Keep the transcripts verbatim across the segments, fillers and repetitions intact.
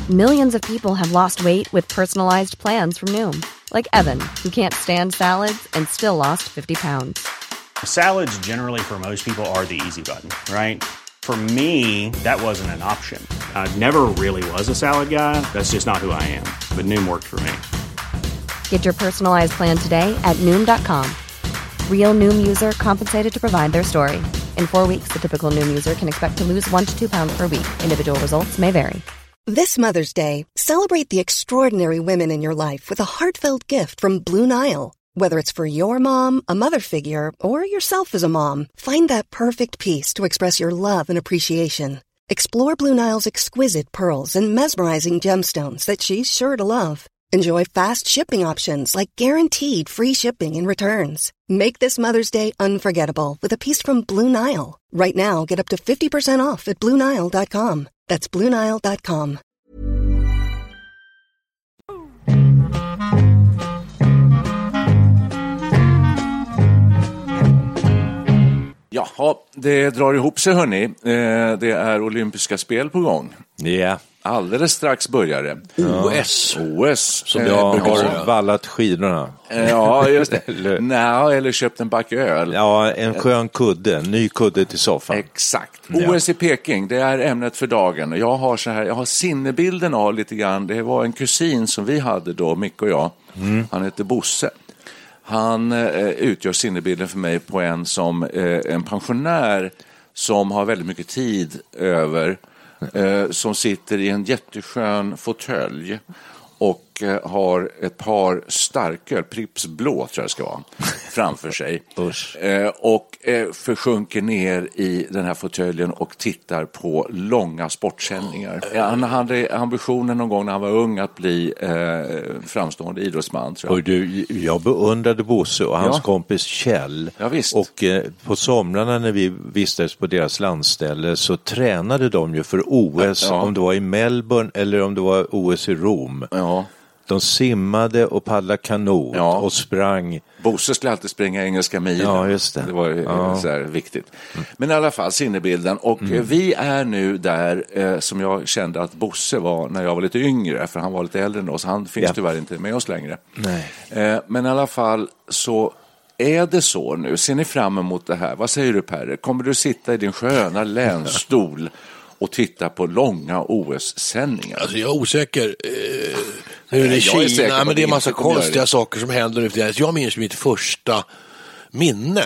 Millions of people have lost weight with personalized plans from Noom. Like Evan, who can't stand salads and still lost fifty pounds. Salads generally for most people are the easy button, right? For me, that wasn't an option. I never really was a salad guy. That's just not who I am. But Noom worked for me. Get your personalized plan today at Noom dot com. Real Noom user compensated to provide their story. In four weeks, the typical Noom user can expect to lose one to two pounds per week. Individual results may vary. This Mother's Day, celebrate the extraordinary women in your life with a heartfelt gift from Blue Nile. Whether it's for your mom, a mother figure, or yourself as a mom, find that perfect piece to express your love and appreciation. Explore Blue Nile's exquisite pearls and mesmerizing gemstones that she's sure to love. Enjoy fast shipping options like guaranteed free shipping and returns. Make this Mother's Day unforgettable with a piece from Blue Nile. Right now, get up to fifty percent off at blue nile dot com. That's blue nile dot com. Jaha, det drar ihop sig hörni. Eh, det är olympiska spel på gång. Ja. Yeah. Alldeles strax börjar det. O S. O S. Som jag har vallat skidorna. Ja, just det. eller... Nej, eller köpt en back öl. Ja, en skön kudde. ny kudde till soffan. Exakt. O S i Peking, det är ämnet för dagen. Jag har så här, jag har sinnebilden av lite grann. Det var en kusin som vi hade då, Mick och jag. Mm. Han heter Bosse. Han eh, utgör sinnebilden för mig på en som eh, en pensionär som har väldigt mycket tid över. Eh, som sitter i en jätteskön fåtölj och eh, har ett par starköl, Pripps blå tror jag det ska vara, framför sig. eh, och eh, försjunker ner i den här fåtöljen och tittar på långa sportsändningar. Ja, han hade ambitionen någon gång när han var ung att bli eh, framstående idrottsman, tror jag. Och du, jag beundrade Bosse och hans ja. kompis Kjell. Ja, visst. Och eh, på somrarna när vi vistades på deras landställe så tränade de ju för O S, ja. om det var i Melbourne eller om det var O S i Rom. Ja. De simmade och paddlade kanot ja. och sprang. Bosse skulle alltid springa engelska milen. Ja, just det. Det var ja. så här viktigt. Mm. Men i alla fall sinnebilden. Och mm. vi är nu där eh, som jag kände att Bosse var när jag var lite yngre. För han var lite äldre än oss. Han finns ja. tyvärr inte med oss längre. Nej. Eh, men i alla fall så är det så nu. Ser ni fram emot det här? Vad säger du, Perre? Kommer du sitta i din sköna länstol och titta på långa O S-sändningar? Alltså jag är osäker. Eh, nu är det Kina, är men det är en massa konstiga saker som händer nu. Jag minns mitt första minne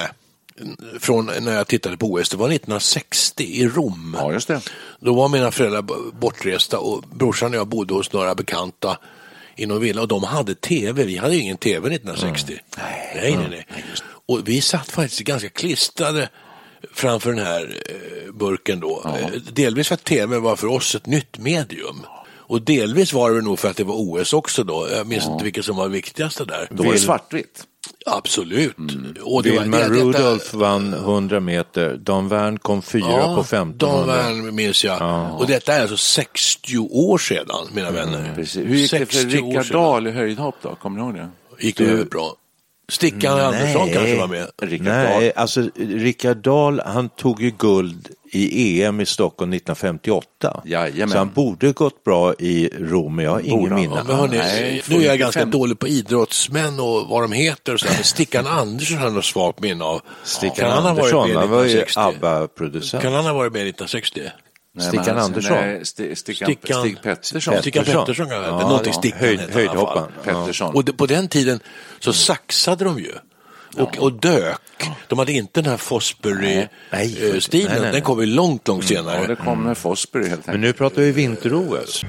från när jag tittade på O S. Det var nittonhundrasextio i Rom. Ja, just det. Då var mina föräldrar bortresta och brorsan och jag bodde hos några bekanta i någon villa och de hade tv. Vi hade ingen tv nittonhundrasextio. Mm. Nej, nej, nej. nej. nej och vi satt faktiskt ganska klistrade framför den här eh, burken då. Ja. Eh, delvis för att tv var för oss ett nytt medium. Och delvis var det nog för att det var O S också då. Jag minns ja. inte vilket som var viktigaste där. Då var det svartvitt. Absolut. Mm. Och det Wilma var, det, Rudolph detta... vann hundra meter. Dan Wern kom fyra ja, på femton. Dan Wern minns jag. Ja. Och detta är alltså sextio år sedan, mina mm. vänner. Precis. Hur gick det för Rickard Dahl i höjdhopp då? Kommer ni ihåg det? Gick det väldigt bra. Stickan Nej. Andersson kanske var med. Rickard Nej, Dahl. alltså Rickard Dahl, han tog ju guld i E M i Stockholm nittonhundrafemtioåtta. Jajamän. Så han borde gått bra i Rom, men jag har ingen minne. Ja, hörni, nu är jag ganska dålig på idrottsmän och vad de heter och så. Men Stickan Andersson har något svagt minne av. Stickan ja, Andersson, han var ju ABBA-producent. Kan han ha varit med nittonhundrasextio? Nej, Stickan han, Andersson. Nej, st- stickan, Stickan, Stig Pettersson. Stickan Pettersson kan jag ja, någonting Stickan höjd, höjdhoppan. Pettersson. Och det, på den tiden så saxade de ju. Och, och dök. De hade inte den här Fosbury-stilen. Den kom ju långt, långt senare. Ja, det kom med Fosbury helt enkelt. Men nu pratar vi vinter-O S.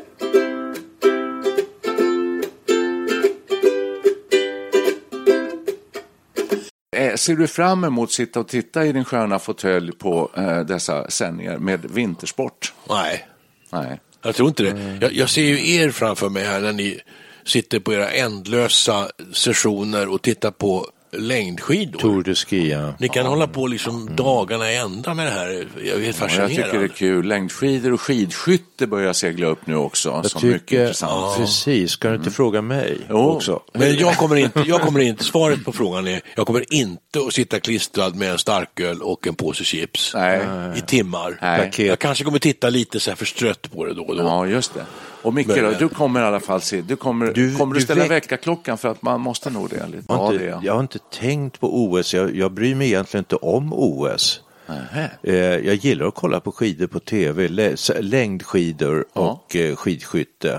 Ser du fram emot att sitta och titta i din sköna fåtölj på eh, dessa sändningar med vintersport? Nej. Nej. Jag tror inte det. Mm. Jag, jag ser ju er framför mig här när ni sitter på era ändlösa sessioner och tittar på längdskidor. Tour de Ski, ja. Ni kan ja. hålla på liksom mm. dagarna i ända med det här. Jag är helt fascinerad. Ja, jag tycker det är kul. Längdskidor och skidskytte börjar segla upp nu också. Jag som tycker, mycket intressant. Ja. Precis, ska du inte mm. fråga mig jo. också? Men jag kommer inte, jag kommer inte, svaret på frågan är, jag kommer inte att sitta klistrad med en starköl och en påse chips Nej. i timmar. Nej. Jag kanske kommer titta lite så här förstrött på det då och då. Ja, just det. Och Micke Men, då, du kommer i alla fall se, du kommer Du- kommer du du ställa väck- väckarklockan för att man måste nog det lite. Jag har, Ja, inte, det. jag har inte tänkt på O S, jag, jag bryr mig egentligen inte om O S. Nähä. Eh, jag gillar att kolla på skidor på tv, lä- s- längdskidor Ja. och eh, skidskytte.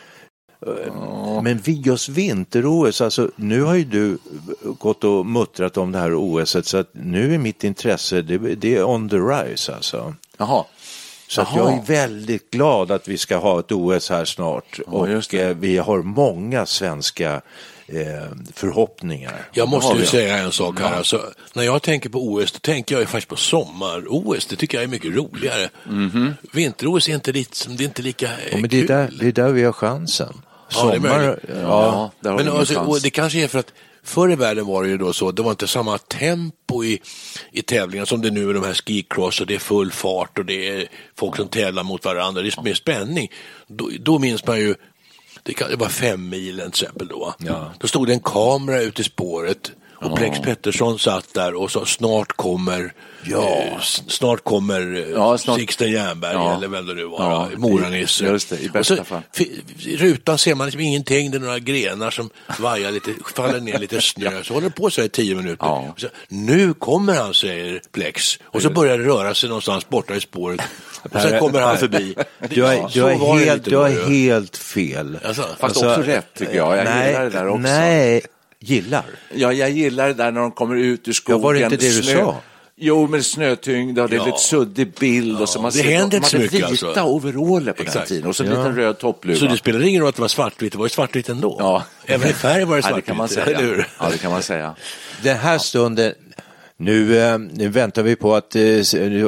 Eh, Men vi just vinter-O S, alltså nu har ju du gått och muttrat om det här O S-et, så att nu är mitt intresse, det, det är on the rise alltså. Jaha. Så att Jaha. jag är väldigt glad att vi ska ha ett O S här snart, Ja, just och det. eh, vi har många svenska eh, förhoppningar. Jag måste har ju vi. säga en sak här. Alltså, när jag tänker på O S, då tänker jag ju faktiskt på sommar-O S. Det tycker jag är mycket roligare. Mhm. Vinter-O S är inte, lite, det är inte lika eh, Ja, men det är, kul. där, det är där vi har chansen. Ja, det är Sommar, möjligt. ja, Ja, där har Men vi alltså, chans. och det kanske är för att förr i världen var det ju då så, det var inte samma tempo i, i tävlingar som det nu är, de här skicross, och det är full fart och det är folk som tävlar mot varandra, det är mer spänning. Då, då minns man ju, det, kan, det var fem milen till exempel då. Ja. Då stod det en kamera ute i spåret och Plex Pettersson satt där och sa snart kommer Ja. eh, s- snart kommer eh, Ja, snart- Sixten Jernberg Ja. eller vem det nu var, Ja, Moranisse. just det, i Och bästa så, fall. fi- I rutan ser man liksom ingenting, det är några grenar som vajar lite, faller ner lite snö, så håller det på så här i tio minuter. Ja. Och så, nu kommer han, säger Plex, och så börjar det röra sig någonstans borta i spåret, och sen kommer han förbi. Du har, Ja, du så har, var det helt, lite du då har ju. helt fel. Alltså, Fast också rätt tycker jag. Jag nej, gillar det där också. Nej, gillar. Ja, jag gillar det där när de kommer ut ur skogen. Ja, var det inte det du sa? Jo, med snötyngda och det är Ja. lite suddig bild. Och så man det ser, händer man inte så hade mycket, vita alltså. overaller på den Exakt. tiden och så en Ja. liten röd toppluva. Så det spelar ingen roll att det var svartvitt, det var ju svartvitt ändå. Ja. Även i färg var det Ja, svartvitt, det kan man säga. eller hur? Ja, det kan man säga. Den här stunden, nu, eh, nu väntar vi på att eh,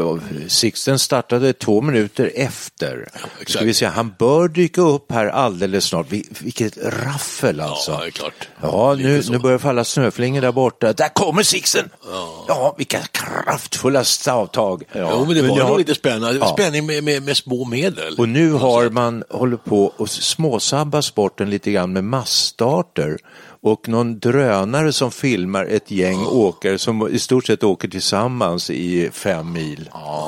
Sixten startade två minuter efter. exakt. Ska vi se, han bör dyka upp här alldeles snart. Vi, vilket raffel alltså. Ja, det är klart. Ja, nu, Lite så. nu börjar falla snöflingor där borta. Där kommer Sixten! Ja, ja vilka kraftfulla stavtag. Ja, jo, men det Men var jag- nog lite spännande. Ja. Spänning med, med, med små medel. Och nu har man hållit på och småsabba sporten lite grann med massstarter och någon drönare som filmar ett gäng åkare som i stort sett åker tillsammans i fem mil.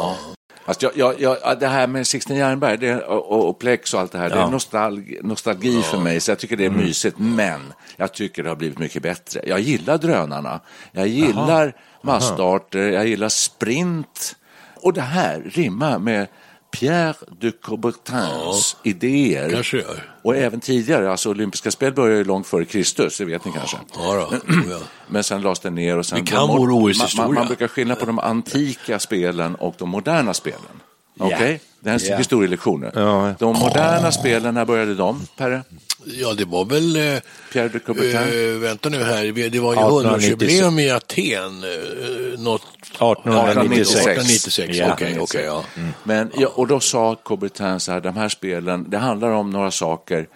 Fast jag, jag, jag, det här med Sixten Jernberg det, och, och Plex och allt det här, det är Ja. nostalgi, nostalgi för mig, så jag tycker det är mysigt, men jag tycker det har blivit mycket bättre. Jag gillar drönarna, jag gillar massstarter, jag gillar sprint, och det här rimmar med Pierre de Coubertins idéer. Kanske gör. Och även tidigare, alltså olympiska spel började ju långt före Kristus, det vet ni kanske. Ja, då. Ja. Men sen lades det ner och sen... Vi kan de- vår O man, S-historia. man, man brukar skilja på de antika spelen och de moderna spelen. Okej? Det här är Ja. historielektioner. Ja. De moderna spelen, när började de, Perre? Ja, det var väl... Eh, Pierre de Coubertin? eh, vänta nu här, det var ju artonhundranittiosex. hundraårsjubileum i Aten. Eh, något... artonhundranittiosex. artonhundranittiosex, Ja. okej, okej, ja. Men, ja, och då sa Coubertin så här, de här spelen, det handlar om några saker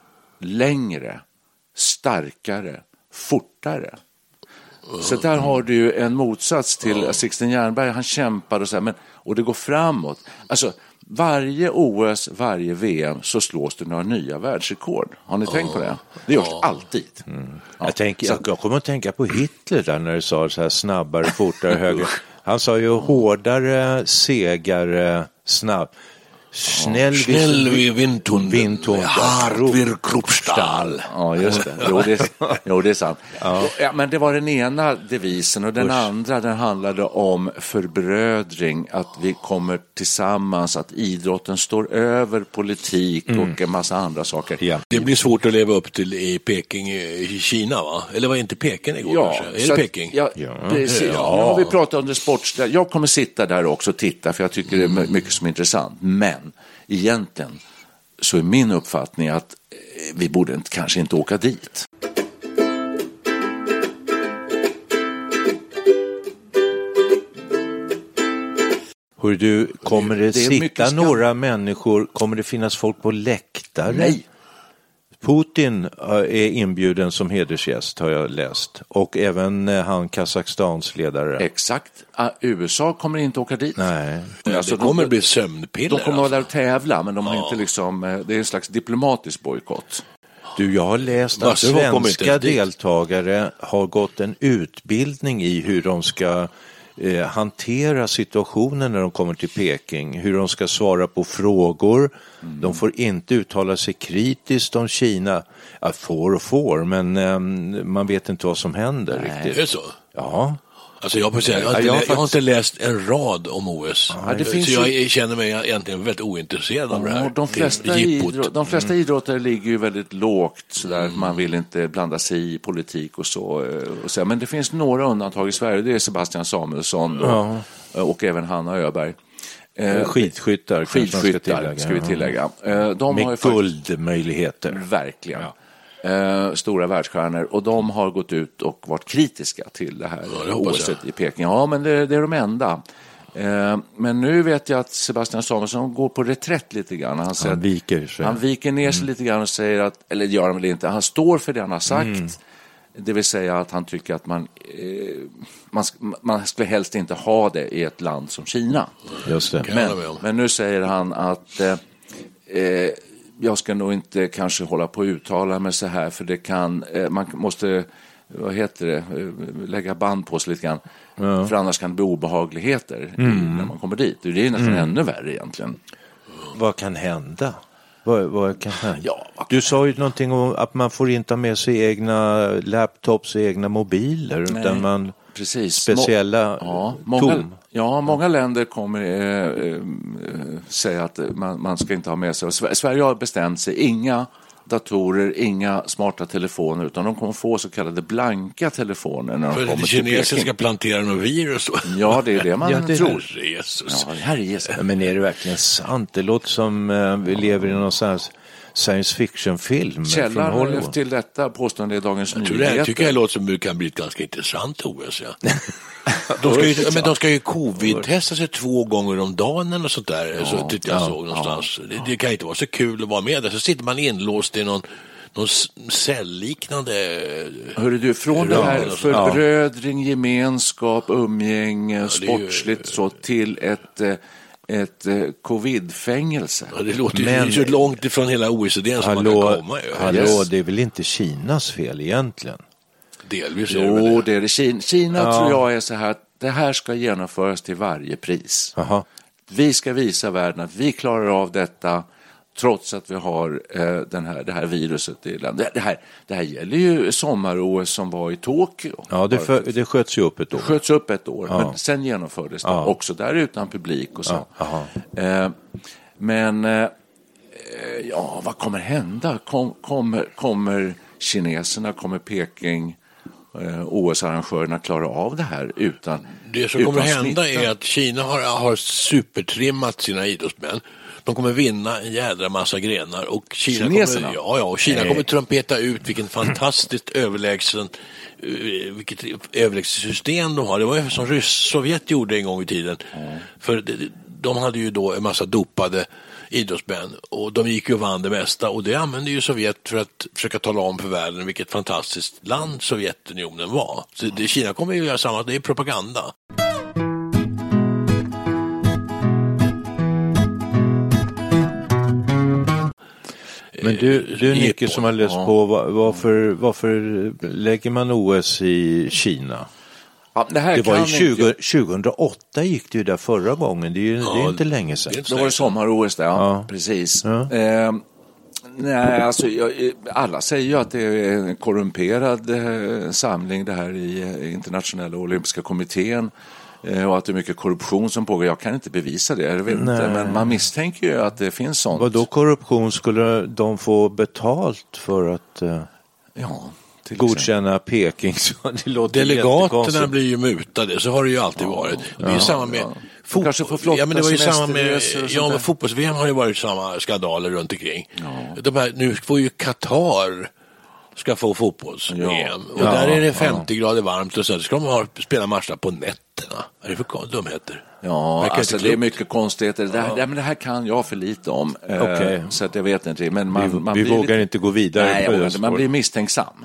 längre, starkare, fortare. Så där har du ju en motsats till Sixten Jernberg, han kämpar och så här, men, och det går framåt. Alltså, varje O S, varje V M så slås det några nya världsrekord. Har ni tänkt på det? Det görs alltid. Ja. Jag, tänker, jag, jag kommer att tänka på Hitler där när du sa så här snabbare, fortare, högre. Han sa ju hårdare, segare, snabb. Snäll, Snäll vid vindtunden, vindtunden. hard vid Kruppstahl. Ja, just det. Jo, det, jo, det är sant. Ja, men det var den ena devisen, och den Usch. andra den handlade om förbrödring, att vi kommer tillsammans, att idrotten står över politik och en massa andra saker. Ja. Det blir svårt att leva upp till i Peking i Kina, va? Eller var inte Peking igår Ja, kanske? Är så det att- Peking? Ja, Ja. precis. Ja. Nu har vi pratat om det sportsliga. Jag kommer sitta där också och titta, för jag tycker det är my- mycket som är intressant. Men egentligen så är min uppfattning att eh, vi borde inte, kanske inte åka dit. Hör du, kommer det, det är sitta mycket skam. några människor, kommer det finnas folk på läktare? Nej. Putin eh, är inbjuden som hedersgäst, har jag läst. Och även eh, han Kazakstans ledare. Exakt. Ah, U S A kommer inte åka dit. Nej. Alltså, det kommer de, bli sömnpiller. de kommer vara alltså. där och tävla, men de har inte liksom, eh, det är en slags diplomatisk bojkott. Du, jag har läst att Wasserholm kommer inte svenska ens dit. deltagare har gått en utbildning i hur de ska eh, hantera situationen när de kommer till Peking. Hur de ska svara på frågor. Mm. De får inte uttala sig kritiskt om Kina. Ja, får och får, men eh, man vet inte vad som händer. Nej. Riktigt. Är det så? Ja. Alltså jag, säga, jag, har inte, jag, har jag faktiskt... har inte läst en rad om O S. Ja, det så finns jag ju... känner mig egentligen väldigt ointresserad av det här. De flesta, idrott, de flesta mm. idrottare ligger ju väldigt lågt. Sådär, mm. Man vill inte blanda sig i politik och så, och så. Men det finns några undantag i Sverige. Det är Sebastian Samuelsson och, ja. och även Hanna Öberg. Skidskyttar, Skidskyttar ska vi tillägga. De med har guldmöjligheter. Verkligen. Ja. Uh, stora världsstjärnor, och de har gått ut och varit kritiska till det här ja, O S i Peking. Ja, men det, det är de enda. Uh, men nu vet jag att Sebastian Samuelsson går på reträtt lite grann. Han, han viker sig. Han viker ner sig mm. lite grann och säger att, eller gör han väl inte, han står för det han har sagt. Mm. Det vill säga att han tycker att man, eh, man, man skulle helst inte ha det i ett land som Kina. Just det. Men, men nu säger han att eh, eh, jag ska nog inte kanske hålla på att uttala mig så här, för det kan, eh, man måste, vad heter det, lägga band på sig lite grann, ja. För annars kan det bli obehagligheter mm. när man kommer dit. Det är nästan mm. ännu värre egentligen. Vad kan hända? Vad, vad kan hända? Ja, vad kan du sa ju någonting om att man får inte ha med sig egna laptops och egna mobiler. Nej. Utan man Precis. speciella ja, många, tom. Ja, många länder kommer äh, äh, säga att man, man ska inte ha med sig. Sverige har bestämt sig, inga datorer, inga smarta telefoner, utan de kommer få så kallade blanka telefoner när de för kommer till Peking. För kineser ska plantera något virus. Ja, det är det man ja, det tror. Herre Jesus. Ja, herre Jesus. Ja, men är det verkligen sant? Det låter som uh, vi lever i någon sån science fiction-film. Källan till detta påstående i Dagens jag Nyheter. Jag tycker det låter som det kan bli ett ganska intressant O S. Ja. de, ska ju, men de ska ju covid-testa sig två gånger om dagen och sånt där. Ja, så tyckte jag ja, såg någonstans. Ja. Det, det kan inte vara så kul att vara med där. Så sitter man inlåst i någon, någon cellliknande... Hörru du, från det här förbrödring, gemenskap, umgänge, ja, sportsligt ju... så till ett... ett eh, covid-fängelse. Ja, det låter men, ju så långt ifrån hela O E C D som hallå, man kan komma. Hallå, yes. Det är väl inte Kinas fel egentligen? Delvis jo, är det Jo, det är det. Kina, Kina ja. tror jag är så här att det här ska genomföras till varje pris. Aha. Vi ska visa världen att vi klarar av detta trots att vi har eh, den här, det här viruset i landet. Det här, det här gäller ju sommar-O S som var i Tokyo. Ja, det, för, det sköts ju upp ett år. Det sköts upp ett år, ja. Men sen genomfördes det ja. också där utan publik och så. Ja. Eh, men eh, ja, vad kommer hända? Kom, kommer, kommer kineserna, kommer Peking... O S-arrangörerna klarar av det här utan det som kommer hända smitta. Är att Kina har, har supertrimmat sina idrottsmän. De kommer vinna en jädra massa grenar och Kina kommer, ja, ja, och Kina kommer trumpeta ut vilken fantastiskt överlägsen uh, vilket överlägset system de har. Det var ju som Ryss, Sovjet gjorde en gång i tiden. Mm. För de, de hade ju då en massa dopade idrottsmän och de gick ju och vann det mesta och det använde ju Sovjet för att försöka tala om för världen vilket fantastiskt land Sovjetunionen var. Så det, Kina kommer ju göra samma, det är propaganda. Men du, du Nicke som har läst på, varför, varför lägger man O S i Kina? Ja, det, här det var ju tjugo, inte... tjugohundraåtta gick det ju där förra gången. Det är ju ja, det är inte länge sedan. Då var det sommar-O S där, ja, ja. Precis. Ja. Eh, nej, alltså, jag, alla säger ju att det är en korrumperad eh, samling det här i eh, internationella olympiska kommittén eh, och att det är mycket korruption som pågår. Jag kan inte bevisa det, jag vet inte, men man misstänker ju att det finns sånt. Vad då korruption? Skulle de få betalt för att... Eh... Ja... godkänna Peking, så det låter delegaterna blir ju mutade, så har det ju alltid ja, varit. Det är ja, samma med ja. fot- kanske få flotta, ja, men det var ju samma med ja, med fotbolls-V M har ju varit samma skandaler runt omkring. Ja. De här, nu får ju Qatar ska få fotbolls-V M ja. och ja, där är det femtio ja. grader varmt och så ska de ha, spela matcher på nätterna. Vad är det för dumheter? Ja, alltså det är mycket konstigheter. Det här, ja. men det här kan jag för lite om. Okay. Eh, så att jag vet inte. Men man, vi man vi blir vågar lite... inte gå vidare. Nej, jag inte. Man blir misstänksam.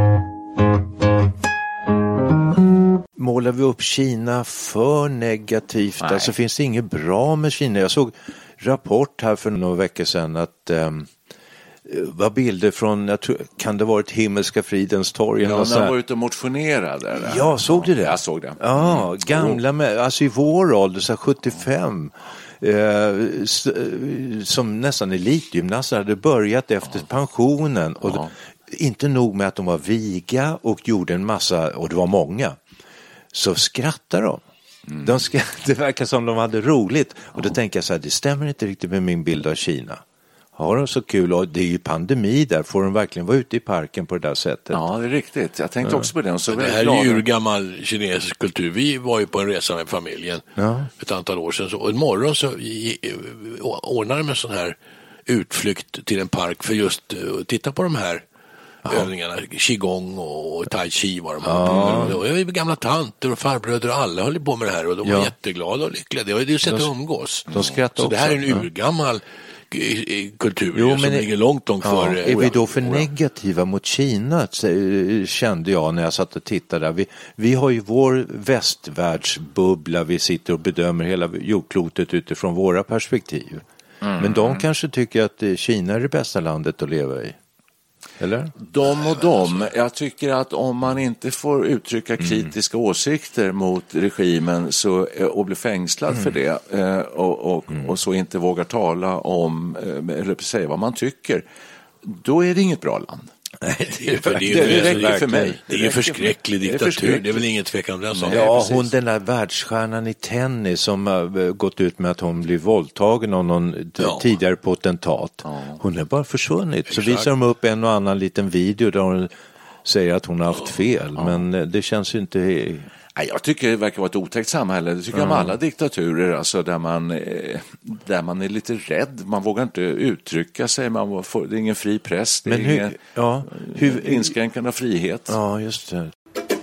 Målar vi upp Kina för negativt? Nej. Alltså finns det inget bra med Kina? Jag såg rapport här för några veckor sedan att um, var bilder från, jag tror, kan det varit Himmelska fridens torg? Ja, när han var ute och motionerade. Ja, såg du det? Jag såg det. Ja, mm. gamla, med, alltså i vår ålder, så här sjuttiofem, eh, s, som nästan elitgymnaster hade börjat efter ja. pensionen. Och ja. inte nog med att de var viga och gjorde en massa, och det var många, så skrattade de. Mm. de ska, det verkar som de hade roligt. Och då ja. tänker jag så här, det stämmer inte riktigt med min bild av Kina. Har de så kul, och det är ju pandemi där, får de verkligen vara ute i parken på det där sättet? Ja, det är riktigt. Jag tänkte ja. också på det. Så det här är ju urgammal kinesisk kultur. Vi var ju på en resa med familjen ja. ett antal år sedan. Så, och en morgon så ordnade de en sån här utflykt till en park för just att titta på de här ja. övningarna. Qigong och tai chi var de ja. här. Och jag är gamla tanter och farbröder och alla höll på med det här. Och de ja. var jätteglada och lyckliga. Det var ju sätt att umgås. De skrattade så det här är en ja. urgammal kultur jo, som men ligger långt långt ja, före. Är vi då för negativa mot Kina, kände jag när jag satt och tittade där. Vi, vi har ju vår västvärldsbubbla, vi sitter och bedömer hela jordklotet utifrån våra perspektiv. Mm. Men de kanske tycker att Kina är det bästa landet att leva i. Eller? De och de. Jag tycker att om man inte får uttrycka kritiska mm. åsikter mot regimen så, och blir fängslad mm. för det och, och, mm. och så inte vågar tala om eller säga vad man tycker, då är det inget bra land. Nej, det är, för, det, är, det, det räcker för mig. Det är ju förskräcklig diktatur. Det är, det är väl ingen tvekan om den saken. Ja, hon den där världsstjärnan i tennis som har gått ut med att hon blir våldtagen av någon ja. tidigare potentat. Ja. Hon är bara försvunnit. Exakt. Så visar de upp en och annan liten video där hon säger att hon har haft fel. Ja. Men det känns ju inte... Jag tycker det verkar vara ett otäckt samhälle. Det tycker jag om alla diktaturer, alltså där man, där man är lite rädd. Man vågar inte uttrycka sig. Man får, det är ingen fri press. Det är Men hur, ingen ja, hur, inskränkande av frihet. Ja, just det.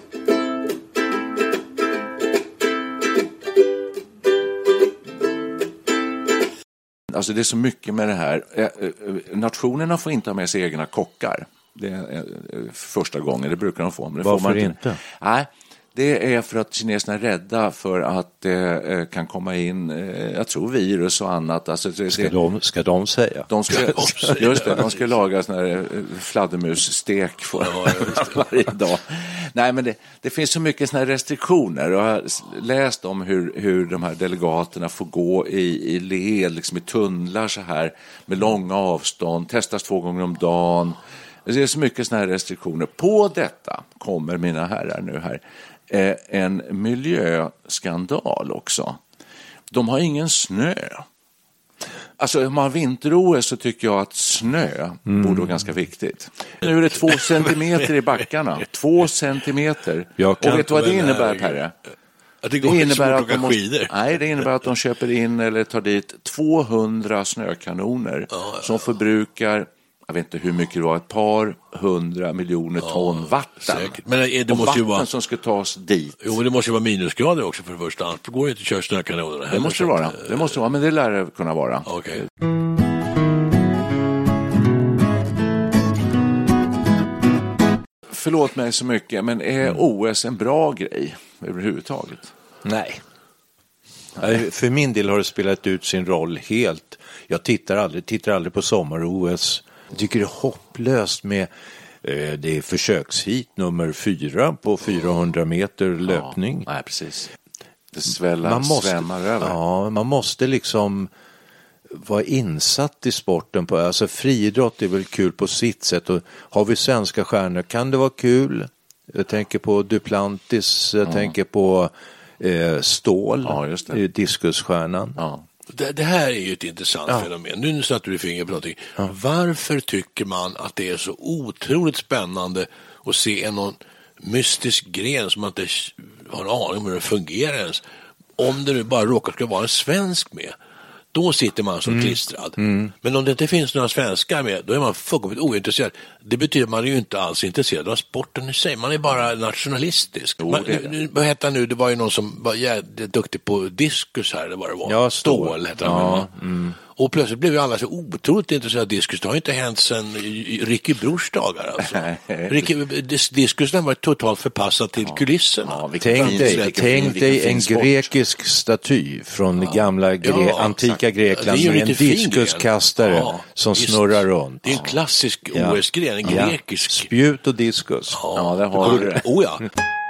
Alltså det är så mycket med det här. Nationerna får inte ha med sig egna kockar. Det är första gången. Det brukar de få. Men det Varför får man inte? inte? Nej. Det är för att kineserna är rädda för att det eh, kan komma in, eh, jag tror virus och annat. Alltså, det, ska, de, ska de säga? De ska, just det, de ska laga sån här fladdermusstek för ja, varje dag. Nej, men det, det finns så mycket såna här restriktioner. Och jag har läst om hur, hur de här delegaterna får gå i, i led, liksom i tunnlar så här, med långa avstånd, testas två gånger om dagen. Det är så mycket såna här restriktioner. På detta kommer, mina herrar nu här, en miljöskandal också. De har ingen snö. Alltså om man har vinter-O S så tycker jag att snö mm. borde vara ganska viktigt. Nu är det två centimeter i backarna. Två centimeter. Och vet du vad det innebär, Perre? Att det, det innebär att de måste, nej, det innebär att de köper in eller tar dit tvåhundra snökanoner ja, ja, ja. som förbrukar, jag vet inte hur mycket det var, ett par hundra miljoner ton ja, vatten. Säkert. Men det, det måste vatten ju vara som ska tas dit. Jo, men det måste ju vara minusgrader också för det första. Annars går det inte att köra snökanonerna. Det måste det vara. Det måste vara, men det lär det kunna vara. Okej. Okay. Förlåt mig så mycket, men är O S en bra grej överhuvudtaget? Nej. Nej. För min del har det spelat ut sin roll helt. Jag tittar aldrig, tittar aldrig på sommar-O S. Jag tycker det är hopplöst med eh, det är försökshit nummer fyra på fyrahundra meter löpning. Ja, nej, precis. Det sväller, man måste, svämmar över. Ja, man måste liksom vara insatt i sporten. På, alltså friidrott är väl kul på sitt sätt. Och har vi svenska stjärnor kan det vara kul. Jag tänker på Duplantis, jag ja. tänker på eh, Stål, ja, just det. diskusstjärnan. Ja. Det, det här är ju ett intressant ja. fenomen. Nu satte du fingret på någonting. Ja. Varför tycker man att det är så otroligt spännande att se en någon mystisk gren som man inte har en aning om hur det fungerar ens? Om det nu bara råkar ska vara en svensk med, då sitter man som mm. klistrad. Mm. Men om det inte finns några svenskar med, då är man fullkomligt ointresserad. Det betyder att man är ju inte alls intresserad av sporten i sig. Man är bara nationalistisk. Jo, man, nu, nu, vad heter nu? Det var ju någon som var jävligt duktig på diskus här, eller vad det var. Ja, Stål. Stål heter ja. han. Mm. Och plötsligt blev ju alla så otroligt intresserade av diskus. Det har inte hänt sedan Ricky Bruchs dagar. Alltså. Ricky, dis- diskusen var totalt förpassad till kulisserna. Ja, Tänk dig, tänk dig en grekisk staty från ja. gamla gre- ja, antika Grekland med en diskuskastare ja, som just, snurrar runt. Det är en klassisk ja. O S-gren, en ja. grekisk. Spjut och diskus. Ja, ja det har du. Oh ja.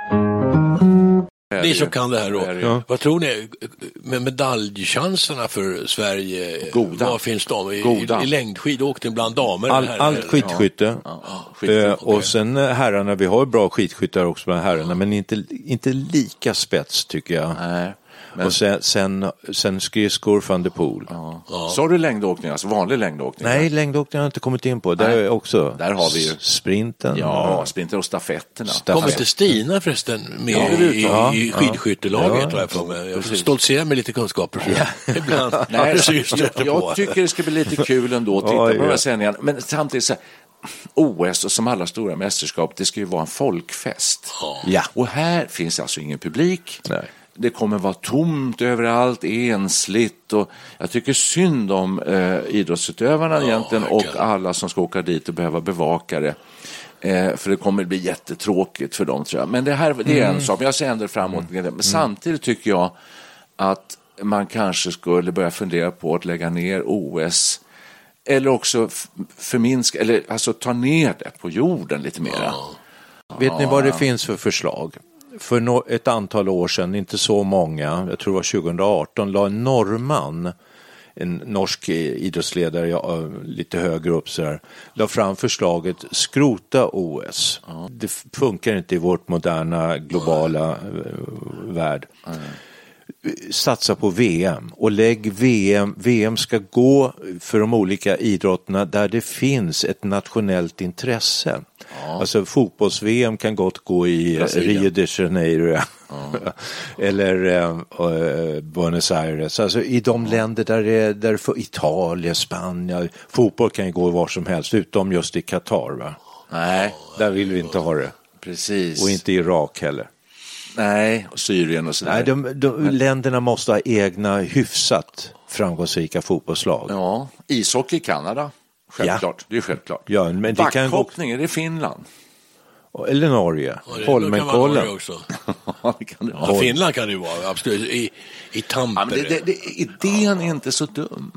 Ni som kan det här då, ja. Vad tror ni med medaljchanserna för Sverige? Goda. Var finns de? I, Goda. i, i längdskidåkning bland damer? All, allt skidskytte. Ja. Ja. Skidskytte. Eh, och sen herrarna, vi har bra skidskyttar också bland herrarna, men inte, inte lika spets tycker jag. Nej. Men... Och sen, sen, sen skridskor van der Poel. Ja. Ja. Så har du längdåkning, alltså vanlig längdåkning? Nej, längdåkning har jag inte kommit in på. Där är också där har vi ju sprinten. Ja, sprinten och stafetterna. Kommer inte Stina förresten med ja. i, ja. i skidskyttelaget? Ja. Ja. Jag, jag stoltserar med lite kunskaper. Ja. Ibland. Nej, jag, jag tycker det ska bli lite kul ändå att titta oh, på de här sändningarna. Men samtidigt så här, O S och som alla stora mästerskap, det ska ju vara en folkfest. Ja. Och här finns alltså ingen publik. Nej. Det kommer vara tomt överallt, ensligt, och jag tycker synd om eh, idrottsutövarna oh, egentligen och alla som ska åka dit och behöva bevaka det. Eh, för det kommer bli jättetråkigt för dem, tror jag. Men det här det är en mm. sak, jag ser ändå framåt. Mm. Men samtidigt tycker jag att man kanske skulle börja fundera på att lägga ner O S eller också förminska, eller alltså ta ner det på jorden lite mera. Oh. Vet ni vad det finns för förslag? För no- ett antal år sedan, inte så många, jag tror det var tjugo arton, la en norrman, en norsk idrottsledare ja, lite högre upp så där, la fram förslaget skrota O S. Ja. Det funkar inte i vårt moderna globala mm. värld. Mm. Satsa på V M och lägg V M. V M ska gå för de olika idrotterna där det finns ett nationellt intresse. Ja. Alltså fotbolls-V M kan gott gå i Brasilien. Rio de Janeiro ja. eller äh, Buenos Aires. Alltså i de ja. länder där det är där för Italien, Spanien, fotboll kan ju gå var som helst utom just i Qatar va? Nej, där vill vi inte ha det. Precis. Och inte Irak heller. Nej, och Syrien och sådär. Nej, de, de, Men... länderna måste ha egna hyfsat framgångsrika fotbollslag. Ja, ishockey i Kanada. Självklart, ja. det är självklart. Ja, men det backhoppning, kan... är det Finland? Eller Norge. Holmenkollen. ja, ja, Finland kan det ju vara, absolut. I, i Tampere. Ja, det, det, det, idén är inte så dum.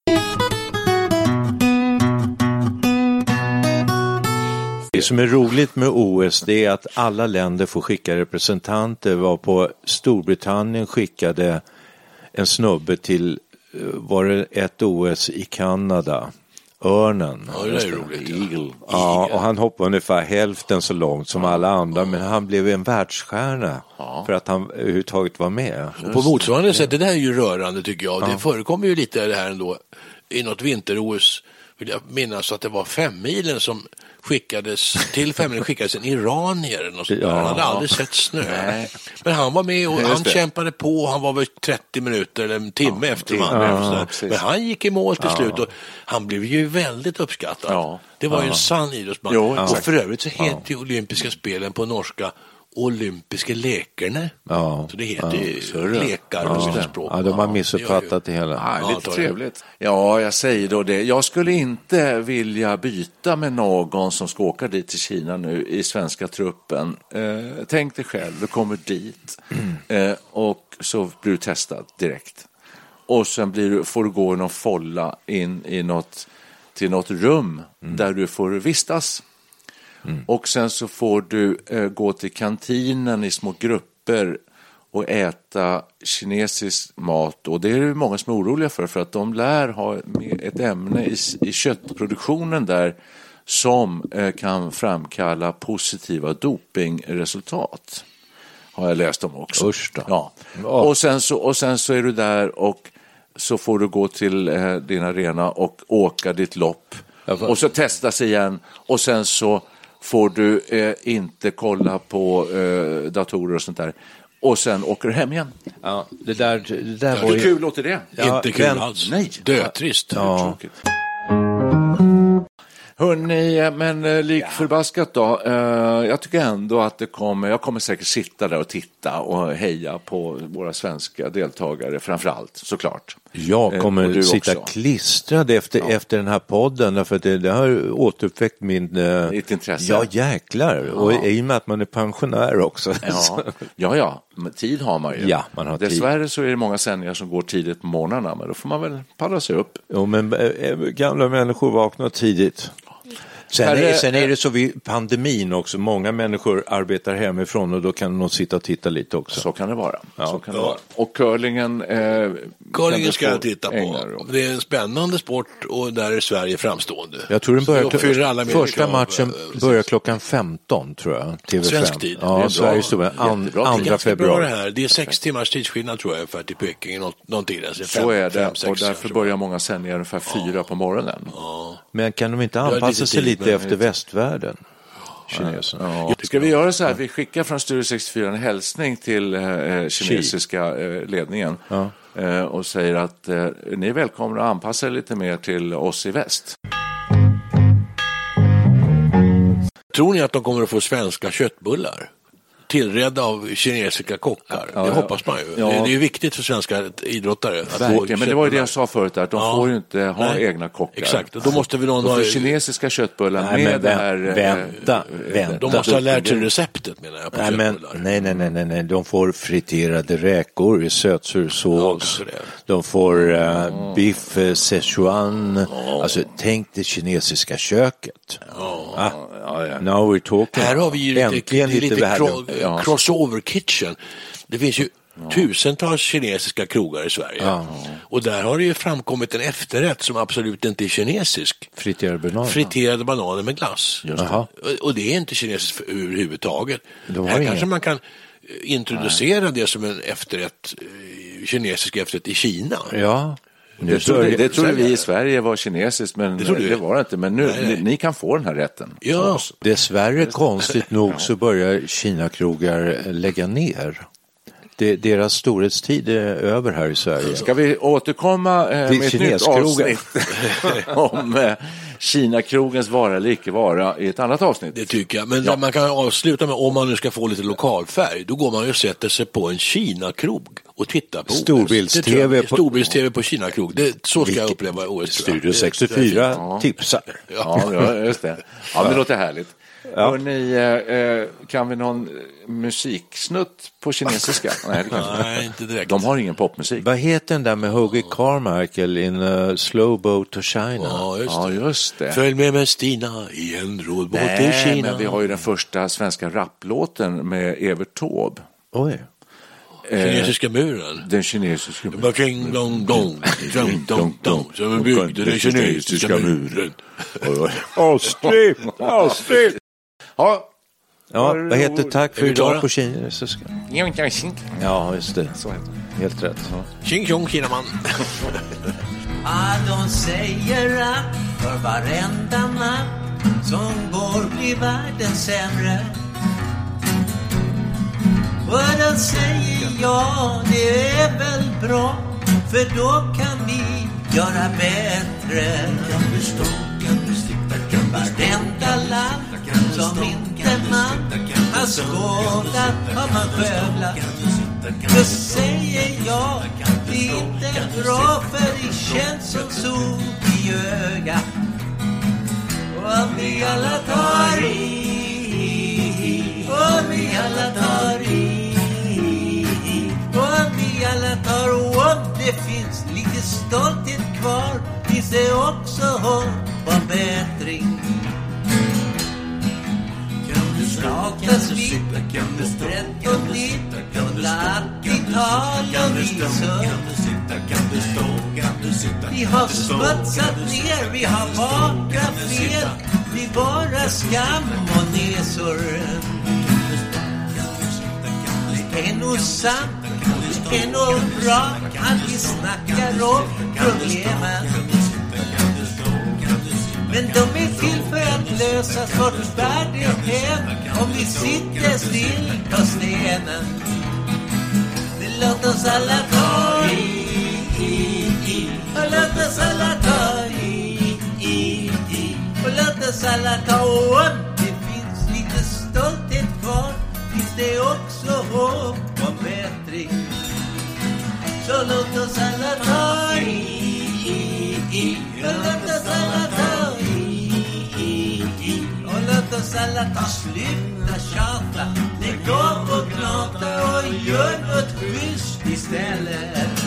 Det som är roligt med O S det är att alla länder får skicka representanter. Var på Storbritannien skickade en snubbe till var det ett O S i Kanada. Örnen. Ja, det är roligt. Eagle. Ja, och han hoppade ungefär hälften så långt som alla andra, men han blev en världsstjärna ja. för att han överhuvudtaget var med. Och på motsvarande sätt, det där är ju rörande tycker jag. Ja. Det förekommer ju lite det här ändå i något vinter-O S. Vill jag minnas att det var femmilen som skickades till femmilen skickades en iranier och ja. Han hade aldrig sett snö. Nej. Men han var med och han kämpade på. Han var väl trettio minuter eller en timme ja, efter man. Ja, men han gick i mål till ja. slut och han blev ju väldigt uppskattad. Ja. Det var ja. ju en sann idrottsman. Jo, och för övrigt så heter ju ja. olympiska spelen på norska olympiska lekarna. Ja. Så det heter ju ja, lekar på sina språk. Ja, de har missuppfattat det hela. Ja, ja, lite trevligt. Ja, jag säger då det. Jag skulle inte vilja byta med någon som ska åka dit till Kina nu i svenska truppen. Eh, tänk dig själv, du kommer dit eh, och så blir du testad direkt. Och sen blir du, får du gå i någon folla in i något, till något rum mm. där du får vistas. Mm. Och sen så får du eh, gå till kantinen i små grupper och äta kinesisk mat. Och det är det många som är oroliga för, för att de lär ha ett ämne i, i köttproduktionen där som eh, kan framkalla positiva dopingresultat. Har jag läst om också. Usch då. Ja. Och, sen så, och sen så är du där och så får du gå till eh, din arena och åka ditt lopp. Och så testas igen och sen så får du eh, inte kolla på eh, datorer och sånt där. Och sen åker du hem igen. Ja, det där, det där var ju... Hur kul låter det? Ja, inte kul alls. Nej. Dötrist. Ja. Hörrni, men eh, lik förbaskat då. Eh, jag tycker ändå att det kommer, jag kommer säkert sitta där och titta och heja på våra svenska deltagare framförallt, såklart. Jag kommer eh, sitta också. klistrad efter, ja. efter den här podden, därför att det, det har återuppväckt min... Eh, Ditt intresse. Ja, jäklar. Ja. Och i och med att man är pensionär också. Ja, ja, ja. Men tid har man ju. Ja, man har tid. Dessvärre så är det många sändningar som går tidigt på morgnarna, men då får man väl palla sig upp. Jo, men äh, gamla människor vaknar tidigt. Sen är, sen är det så vid pandemin också, många människor arbetar hemifrån och då kan de sitta och titta lite också. Så kan det vara. Ja. Så kan det vara. Och curlingen... Eh, curlingen ska jag titta på. Det är en spännande sport och där är Sverige framstående. Jag tror den börjar alla första matchen börjar klockan femton, tror jag. T V fem. Svensk tid. Ja, Sverige stod an, andra februari. Det här. Det är sex timmars tidsskillnad, tror jag, för till Peking. Något, någonting där. Så fem, är det. Fem, sex, och därför börjar många sändningar ungefär fyra ja. på morgonen. Ja. Men kan de inte anpassa sig lite efter västvärlden? Kineserna. Ja. Ska vi göra så här, vi skickar från Studio sextiofyra en hälsning till eh, kinesiska eh, ledningen ja. eh, och säger att eh, ni är välkomna att anpassa er lite mer till oss i väst. Tror ni att de kommer att få svenska köttbullar? Tillredda av kinesiska kockar. Ja, det ja. hoppas man ju. Ja. Det är ju viktigt för svenska idrottare. Att få men det var ju det jag sa förut, att de ja. får ju inte ha Nej. egna kockar. Exakt, och då måste vi någon ha... ha... kinesiska köttbullar nej, med det här... Vänta, äh, vänta. De måste ha lärt sig receptet, menar jag, på nej, men, nej, nej, nej, nej, nej. De får friterade räkor i sötsursås. Ja, de får uh, biff uh, Szechuan. Oh. Alltså, tänk det kinesiska köket. Oh. Ah. Ja, ja. Now we're talking. Här har vi ju lite, lite, lite cro- ja. crossover kitchen. Det finns ju ja. tusentals kinesiska krogar i Sverige. Ja. Och där har det ju framkommit en efterrätt som absolut inte är kinesisk. Friterade bananer. Friterade bananer med glass. Just det. Och det är inte kinesiskt överhuvudtaget. Här ingen. kanske man kan introducera Nej. det som en efterrätt, kinesisk efterrätt i Kina. Ja. Det trodde, det trodde vi i Sverige var kinesiskt, men det, det var det inte. Men nu, ni, ni kan få den här rätten. Ja. Dessvärre, konstigt nog, så börjar Kina-krogar lägga ner. Det, deras storhetstid är över här i Sverige. Ska vi återkomma eh, med ett nytt avsnitt om eh, Kina-krogens vara eller icke vara i ett annat avsnitt? Det tycker jag. Men ja. man kan avsluta med, om man nu ska få lite lokalfärg, då går man ju och sätter sig på en Kina-krog och tittar på storbilds-tv på... Storbilds-tv på Kina-krog. Det, så ska Vilket... jag uppleva O S. Studio sextiofyra ja. tipsar. Ja, ja, just det. Ja, det låter härligt. Ja. Och ni, eh, kan vi någon musiksnutt på kinesiska? Nej, det kanske Nej, inte direkt. De har ingen popmusik. Vad heter den där med Hoagy Carmichael in a slow boat to China? Ja, just det. Ja, just det. Följ med med Stina i en rodbåt till Kina. Men vi har ju den första svenska rapplåten med Evert Taube. Oj. Kinesiska muren. Den kinesiska muren. Det var kring dong dong, dong dong dong, som byggde den kinesiska muren. Avstryp, avstryp. Ja, ja, vad heter tack för idag på kinesiska? Ja, just det. Så heter det. Helt rätt. Xing tjong, kinaman. Ah, de säger att för varenda natt som går blir världen sämre. Och då säger jag, det är väl bra, för då kan vi göra bättre. Kan du stå, kan du sitta, kan du varenda land som inte man har skådat har man skövlat. Då säger jag, det är inte bra, för det känns som sol i ögat. Och om vi alla tar i, och vi alla tar i, och vi alla tar och om det finns lite stolthet kvar, finns det också hopp om bättring. Snakas vi och brett och nytt, låta alltid tal och visor. Vi har smutsat ner, vi har bakat fel, vi bara skam och nesor. Det är nog sant, det är nog bra att vi snackar om problemen. Men de är till för att lösas, vart bär det hem om vi sitter still på stenen. Men låt oss alla ta i, i, i. Och låt oss alla ta i, i, i. Och låt oss alla ta om. Det finns lite stolthet kvar, finns det också hopp om bättring. Så låt oss alla ta i, i, i. Låt oss alla ta i, i, i. Och låt oss alla ta sluta tjata. Lägg av och knata och gör något schysst istället.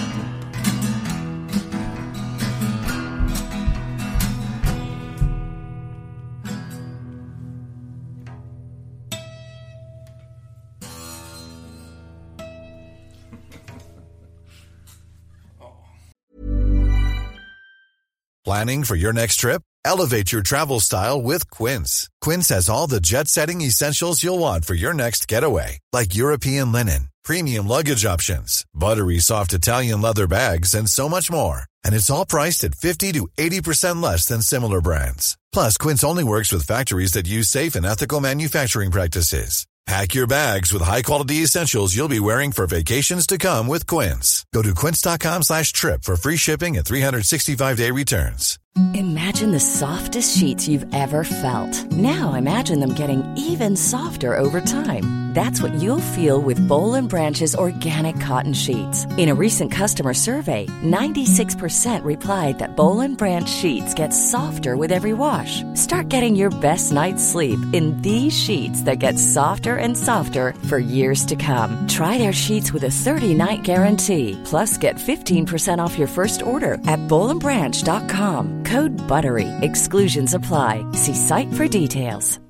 Planning for your next trip? Elevate your travel style with Quince. Quince has all the jet-setting essentials you'll want for your next getaway, like European linen, premium luggage options, buttery soft Italian leather bags, and so much more. And it's all priced at fifty to eighty percent less than similar brands. Plus, Quince only works with factories that use safe and ethical manufacturing practices. Pack your bags with high-quality essentials you'll be wearing for vacations to come with Quince. Go to quince.com slash trip for free shipping and three sixty-five day returns. Imagine the softest sheets you've ever felt. Now imagine them getting even softer over time. That's what you'll feel with Boll and Branch's organic cotton sheets. In a recent customer survey, ninety-six percent replied that Boll and Branch sheets get softer with every wash. Start getting your best night's sleep in these sheets that get softer and softer for years to come. Try their sheets with a thirty-night guarantee. Plus, get fifteen percent off your first order at boll and branch dot com. Code BUTTERY. Exclusions apply. See site for details.